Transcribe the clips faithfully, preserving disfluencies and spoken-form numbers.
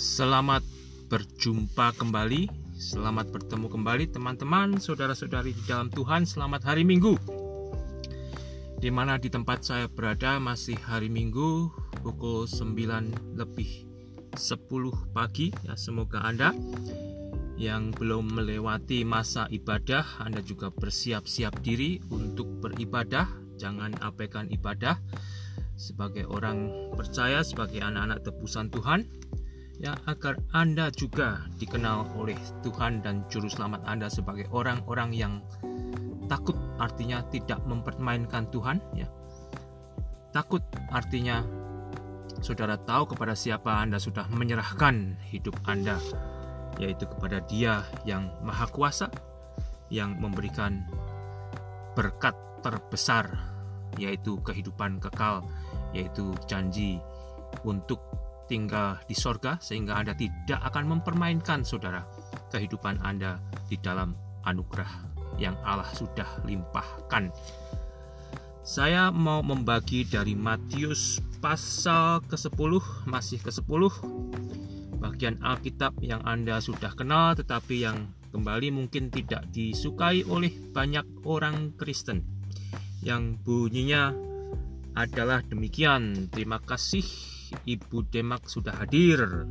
Selamat berjumpa kembali, selamat bertemu kembali teman-teman, saudara-saudari di dalam Tuhan. Selamat hari Minggu. Di mana di tempat saya berada masih hari Minggu pukul sembilan lebih sepuluh pagi. Ya, semoga Anda yang belum melewati masa ibadah, Anda juga bersiap-siap diri untuk beribadah. Jangan abaikan ibadah sebagai orang percaya, sebagai anak-anak tebusan Tuhan. Ya, agar Anda juga dikenal oleh Tuhan dan Juru Selamat Anda sebagai orang-orang yang takut, artinya tidak mempermainkan Tuhan. Ya. Takut artinya saudara tahu kepada siapa Anda sudah menyerahkan hidup Anda, yaitu kepada Dia yang Maha Kuasa, yang memberikan berkat terbesar, yaitu kehidupan kekal, yaitu janji untuk tinggal di sorga, sehingga Anda tidak akan mempermainkan saudara kehidupan Anda di dalam anugerah yang Allah sudah limpahkan. Saya mau membagi dari Matius pasal kesepuluh, masih kesepuluh, bagian Alkitab yang Anda sudah kenal tetapi yang kembali mungkin tidak disukai oleh banyak orang Kristen, yang bunyinya adalah demikian. Terima kasih Ibu Demak sudah hadir.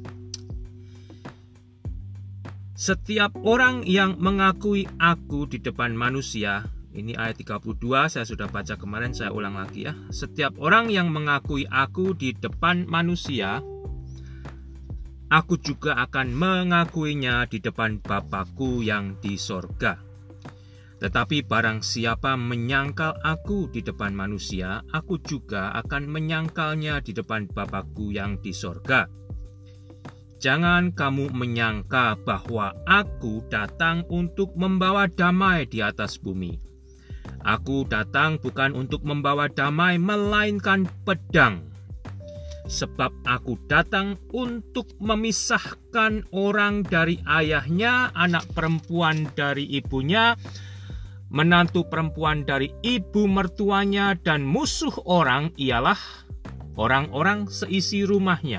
Setiap orang yang mengakui aku di depan manusia, ini ayat tiga puluh dua, saya sudah baca kemarin, saya ulang lagi ya. Setiap orang yang mengakui aku di depan manusia, aku juga akan mengakuinya di depan Bapa-Ku yang di sorga. Tetapi barang siapa menyangkal aku di depan manusia, aku juga akan menyangkalnya di depan Bapa-Ku yang di sorga. Jangan kamu menyangka bahwa aku datang untuk membawa damai di atas bumi. Aku datang bukan untuk membawa damai, melainkan pedang. Sebab aku datang untuk memisahkan orang dari ayahnya, anak perempuan dari ibunya, menantu perempuan dari ibu mertuanya, dan musuh orang ialah orang-orang seisi rumahnya.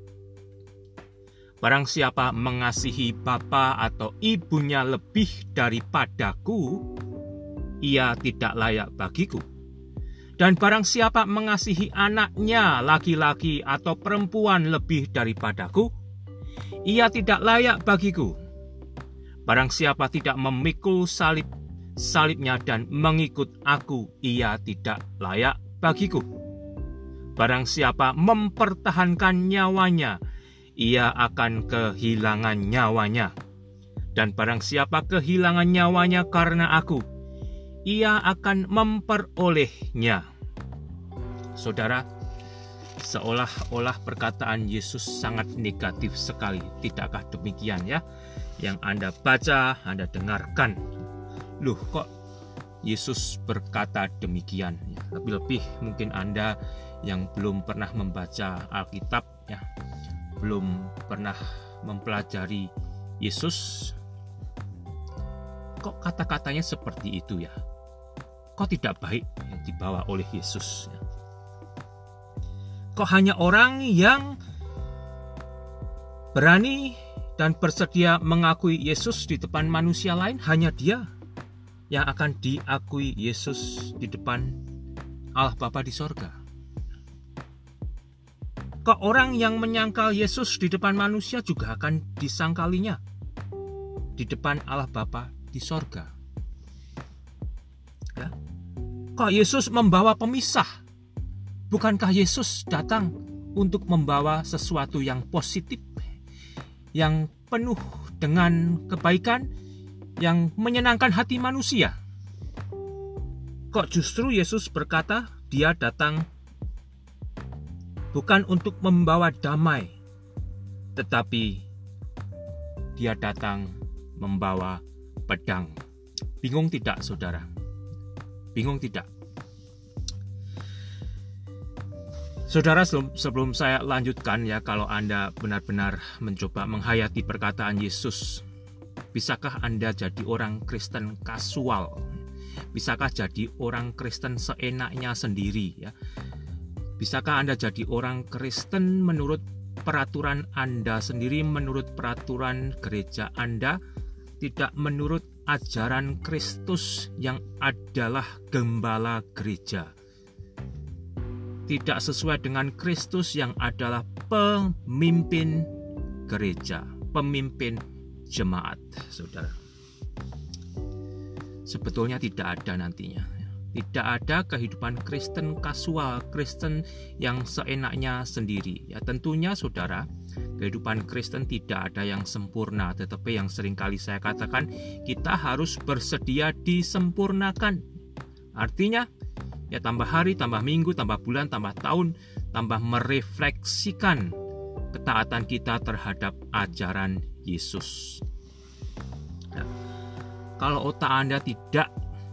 Barang siapa mengasihi bapa atau ibunya lebih daripadaku, ia tidak layak bagiku. Dan barang siapa mengasihi anaknya laki-laki atau perempuan lebih daripadaku, ia tidak layak bagiku. Barang siapa tidak memikul salib salibnya dan mengikut aku, ia tidak layak bagiku. Barang siapa mempertahankan nyawanya, ia akan kehilangan nyawanya. Dan barang siapa kehilangan nyawanya karena aku, ia akan memperolehnya. Saudara, seolah-olah perkataan Yesus sangat negatif sekali. Tidakkah demikian ya? Yang Anda baca, Anda dengarkan. Loh, kok Yesus berkata demikian? Ya, lebih-lebih mungkin Anda yang belum pernah membaca Alkitab, ya, belum pernah mempelajari Yesus. Kok kata-katanya seperti itu ya? Kok tidak baik yang dibawa oleh Yesus? Ya? Kok hanya orang yang berani dan bersedia mengakui Yesus di depan manusia lain, hanya dia yang akan diakui Yesus di depan Allah Bapa di sorga? Kok orang yang menyangkal Yesus di depan manusia juga akan disangkalinya di depan Allah Bapa di sorga? Ya. Kok Yesus membawa pemisah? Bukankah Yesus datang untuk membawa sesuatu yang positif, yang penuh dengan kebaikan, yang menyenangkan hati manusia? Kok justru Yesus berkata dia datang bukan untuk membawa damai, tetapi dia datang membawa pedang? Bingung tidak, saudara? Bingung tidak? Saudara, sebelum saya lanjutkan ya, kalau Anda benar-benar mencoba menghayati perkataan Yesus, bisakah Anda jadi orang Kristen kasual? Bisakah jadi orang Kristen seenaknya sendiri ya? Bisakah Anda jadi orang Kristen menurut peraturan Anda sendiri, menurut peraturan gereja Anda, tidak menurut ajaran Kristus yang adalah gembala gereja. Tidak sesuai dengan Kristus yang adalah pemimpin gereja, pemimpin jemaat, saudara. Sebetulnya tidak ada nantinya. Tidak ada kehidupan Kristen kasual, Kristen yang seenaknya sendiri. Ya tentunya saudara, kehidupan Kristen tidak ada yang sempurna, tetapi yang seringkali saya katakan, kita harus bersedia disempurnakan. Artinya, ya tambah hari, tambah minggu, tambah bulan, tambah tahun, tambah merefleksikan ketaatan kita terhadap ajaran Yesus. Nah, kalau otak Anda tidak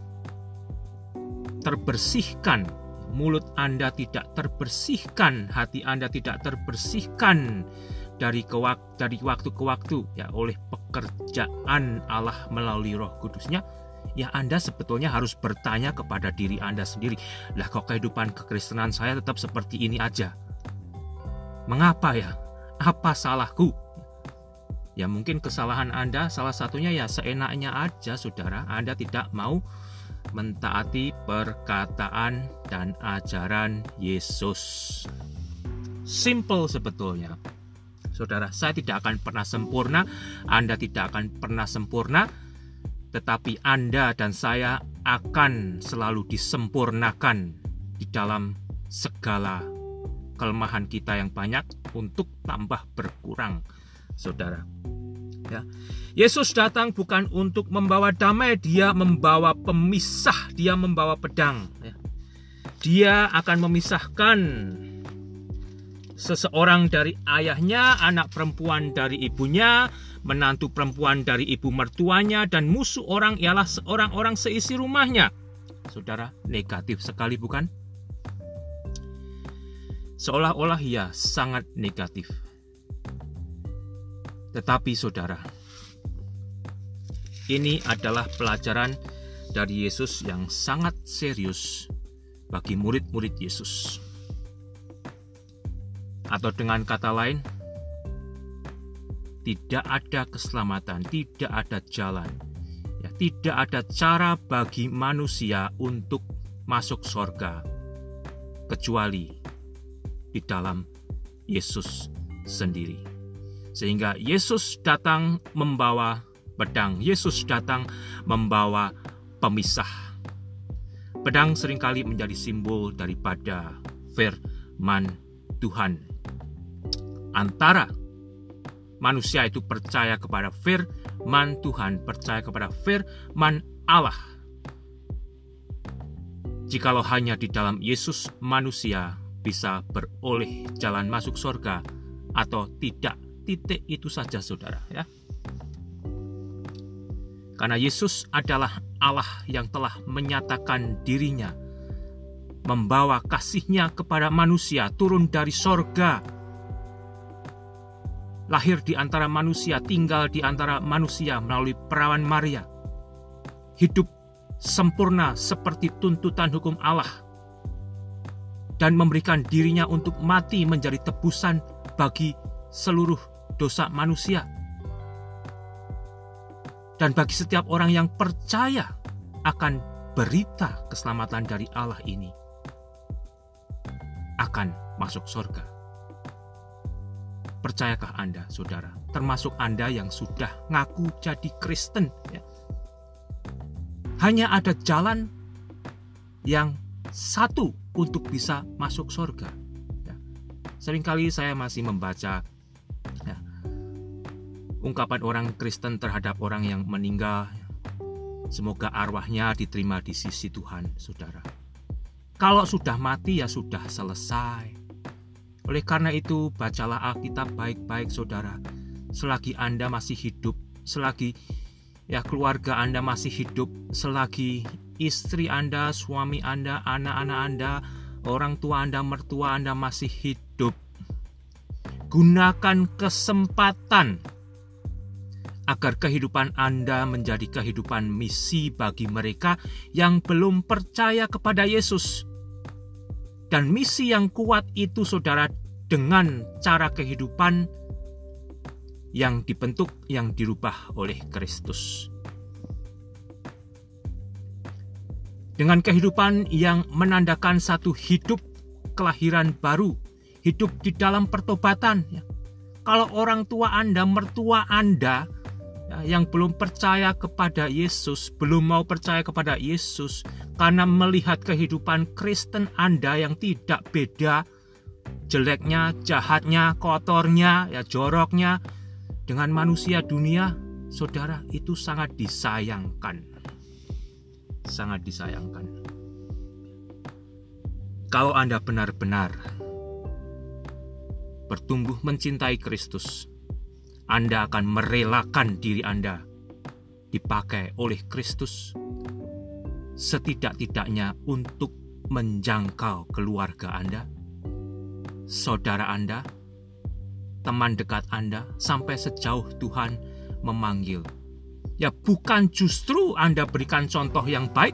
terbersihkan, mulut Anda tidak terbersihkan, hati Anda tidak terbersihkan dari kewak, dari waktu ke waktu ya oleh pekerjaan Allah melalui Roh Kudusnya, ya Anda sebetulnya harus bertanya kepada diri Anda sendiri, lah kok kehidupan kekristenan saya tetap seperti ini aja? Mengapa ya? Apa salahku? Ya mungkin kesalahan Anda salah satunya ya seenaknya aja, saudara. Anda tidak mau mentaati perkataan dan ajaran Yesus. Simple sebetulnya. Saudara, saya tidak akan pernah sempurna, Anda tidak akan pernah sempurna, tetapi Anda dan saya akan selalu disempurnakan di dalam segala kelemahan kita yang banyak untuk tambah berkurang, saudara. Ya. Yesus datang bukan untuk membawa damai, dia membawa pemisah, dia membawa pedang. Ya. Dia akan memisahkan seseorang dari ayahnya, anak perempuan dari ibunya, menantu perempuan dari ibu mertuanya, dan musuh orang ialah orang-orang seisi rumahnya. Saudara, negatif sekali bukan? Seolah-olah ya sangat negatif. Tetapi saudara, ini adalah pelajaran dari Yesus yang sangat serius bagi murid-murid Yesus. Atau dengan kata lain, tidak ada keselamatan, tidak ada jalan, ya, tidak ada cara bagi manusia untuk masuk surga kecuali di dalam Yesus sendiri. Sehingga Yesus datang membawa pedang, Yesus datang membawa pemisah. Pedang seringkali menjadi simbol daripada firman Tuhan. Antara manusia itu percaya kepada firman Tuhan, percaya kepada firman Allah. Jikalau hanya di dalam Yesus manusia bisa beroleh jalan masuk surga atau tidak, titik itu saja saudara ya. Karena Yesus adalah Allah yang telah menyatakan dirinya, membawa kasih-Nya kepada manusia, turun dari sorga, lahir di antara manusia, tinggal di antara manusia melalui perawan Maria, hidup sempurna seperti tuntutan hukum Allah, dan memberikan dirinya untuk mati menjadi tebusan bagi seluruh dosa manusia. Dan bagi setiap orang yang percaya akan berita keselamatan dari Allah ini, akan masuk surga. Percayakah Anda, saudara? Termasuk Anda yang sudah ngaku jadi Kristen. Ya. Hanya ada jalan yang satu untuk bisa masuk surga. Ya. Seringkali saya masih membaca ya, ungkapan orang Kristen terhadap orang yang meninggal. Semoga arwahnya diterima di sisi Tuhan, saudara. Kalau sudah mati ya sudah selesai. Oleh karena itu, bacalah Alkitab baik-baik, saudara. Selagi Anda masih hidup, selagi ya keluarga Anda masih hidup, selagi istri Anda, suami Anda, anak-anak Anda, orang tua Anda, mertua Anda masih hidup, gunakan kesempatan agar kehidupan Anda menjadi kehidupan misi bagi mereka yang belum percaya kepada Yesus. Dan misi yang kuat itu, saudara, dengan cara kehidupan yang dibentuk, yang dirubah oleh Kristus. Dengan kehidupan yang menandakan satu hidup kelahiran baru, hidup di dalam pertobatan. Kalau orang tua Anda, mertua Anda yang belum percaya kepada Yesus, belum mau percaya kepada Yesus, karena melihat kehidupan Kristen Anda yang tidak beda jeleknya, jahatnya, kotornya, ya joroknya dengan manusia dunia, saudara, itu sangat disayangkan. Sangat disayangkan. Kalau Anda benar-benar bertumbuh mencintai Kristus, Anda akan merelakan diri Anda dipakai oleh Kristus setidak-tidaknya untuk menjangkau keluarga Anda, saudara Anda, teman dekat Anda, sampai sejauh Tuhan memanggil. Ya, bukan justru Anda berikan contoh yang baik,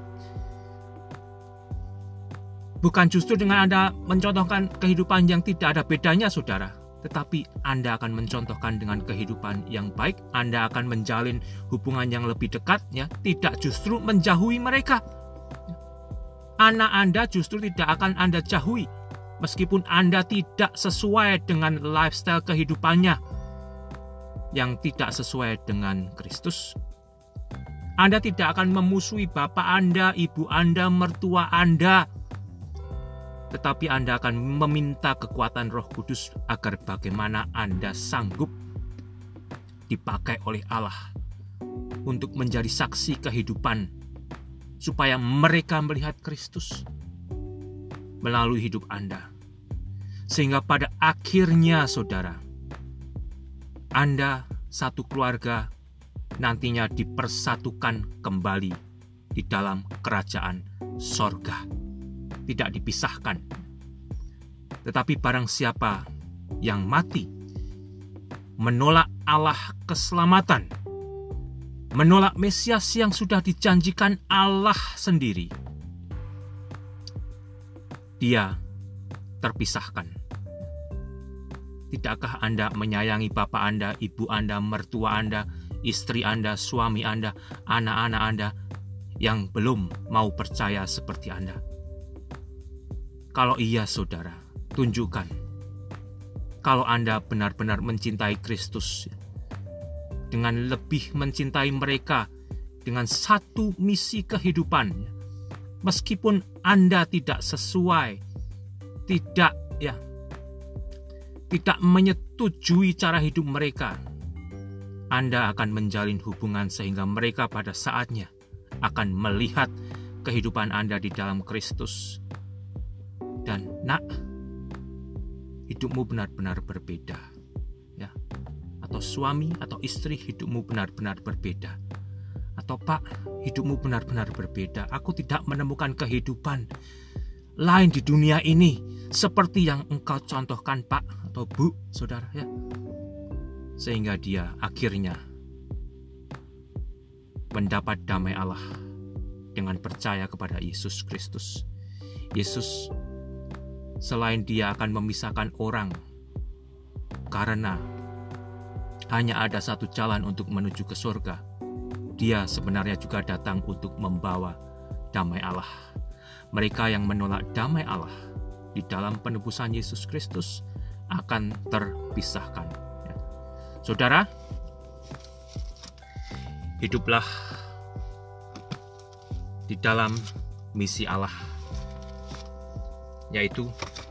bukan justru dengan Anda mencontohkan kehidupan yang tidak ada bedanya, saudara, tetapi Anda akan mencontohkan dengan kehidupan yang baik. Anda akan menjalin hubungan yang lebih dekat, ya, tidak justru menjauhi mereka. Anak Anda justru tidak akan Anda jauhi, meskipun Anda tidak sesuai dengan lifestyle kehidupannya yang tidak sesuai dengan Kristus. Anda tidak akan memusuhi bapak Anda, ibu Anda, mertua Anda, tetapi Anda akan meminta kekuatan Roh Kudus agar bagaimana Anda sanggup dipakai oleh Allah untuk menjadi saksi kehidupan, supaya mereka melihat Kristus melalui hidup Anda. Sehingga pada akhirnya, saudara, Anda satu keluarga nantinya dipersatukan kembali di dalam kerajaan sorga. Tidak dipisahkan. Tetapi barang siapa yang mati menolak Allah keselamatan, menolak Mesias yang sudah dijanjikan Allah sendiri, dia terpisahkan. Tidakkah Anda menyayangi bapak Anda, ibu Anda, mertua Anda, istri Anda, suami Anda, anak-anak Anda yang belum mau percaya seperti Anda? Kalau iya, saudara, tunjukkan. Kalau Anda benar-benar mencintai Kristus, dengan lebih mencintai mereka, dengan satu misi kehidupan, meskipun Anda tidak sesuai, tidak ya, tidak menyetujui cara hidup mereka, Anda akan menjalin hubungan sehingga mereka pada saatnya akan melihat kehidupan Anda di dalam Kristus. Dan nak, hidupmu benar-benar berbeda, ya. Atau suami atau istri, hidupmu benar-benar berbeda. Atau pak, hidupmu benar-benar berbeda. Aku tidak menemukan kehidupan lain di dunia ini seperti yang engkau contohkan, pak atau bu, saudara, ya. Sehingga dia akhirnya mendapat damai Allah dengan percaya kepada Yesus Kristus. Yesus, selain dia akan memisahkan orang, karena hanya ada satu jalan untuk menuju ke surga, dia sebenarnya juga datang untuk membawa damai Allah. Mereka yang menolak damai Allah di dalam penebusan Yesus Kristus akan terpisahkan. Ya. Saudara, hiduplah di dalam misi Allah, yaitu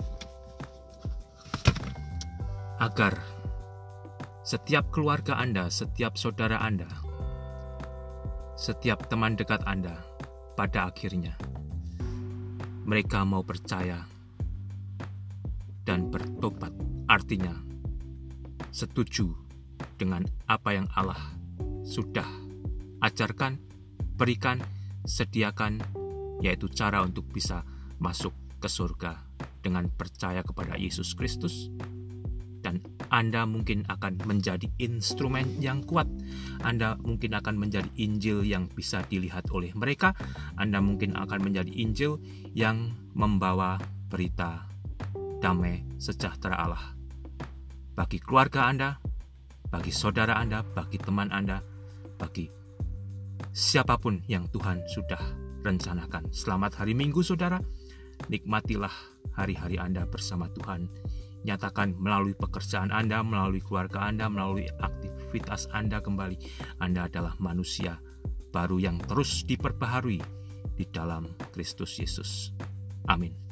agar setiap keluarga Anda, setiap saudara Anda, setiap teman dekat Anda, pada akhirnya mereka mau percaya dan bertobat. Artinya setuju dengan apa yang Allah sudah ajarkan, berikan, sediakan, yaitu cara untuk bisa masuk ke surga dengan percaya kepada Yesus Kristus. Dan Anda mungkin akan menjadi instrumen yang kuat. Anda mungkin akan menjadi Injil yang bisa dilihat oleh mereka. Anda mungkin akan menjadi Injil yang membawa berita damai sejahtera Allah bagi keluarga Anda, bagi saudara Anda, bagi teman Anda, bagi siapapun yang Tuhan sudah rencanakan. Selamat hari Minggu, saudara. Nikmatilah hari-hari Anda bersama Tuhan. Nyatakan melalui pekerjaan Anda, melalui keluarga Anda, melalui aktivitas Anda kembali, Anda adalah manusia baru yang terus diperbaharui di dalam Kristus Yesus. Amin.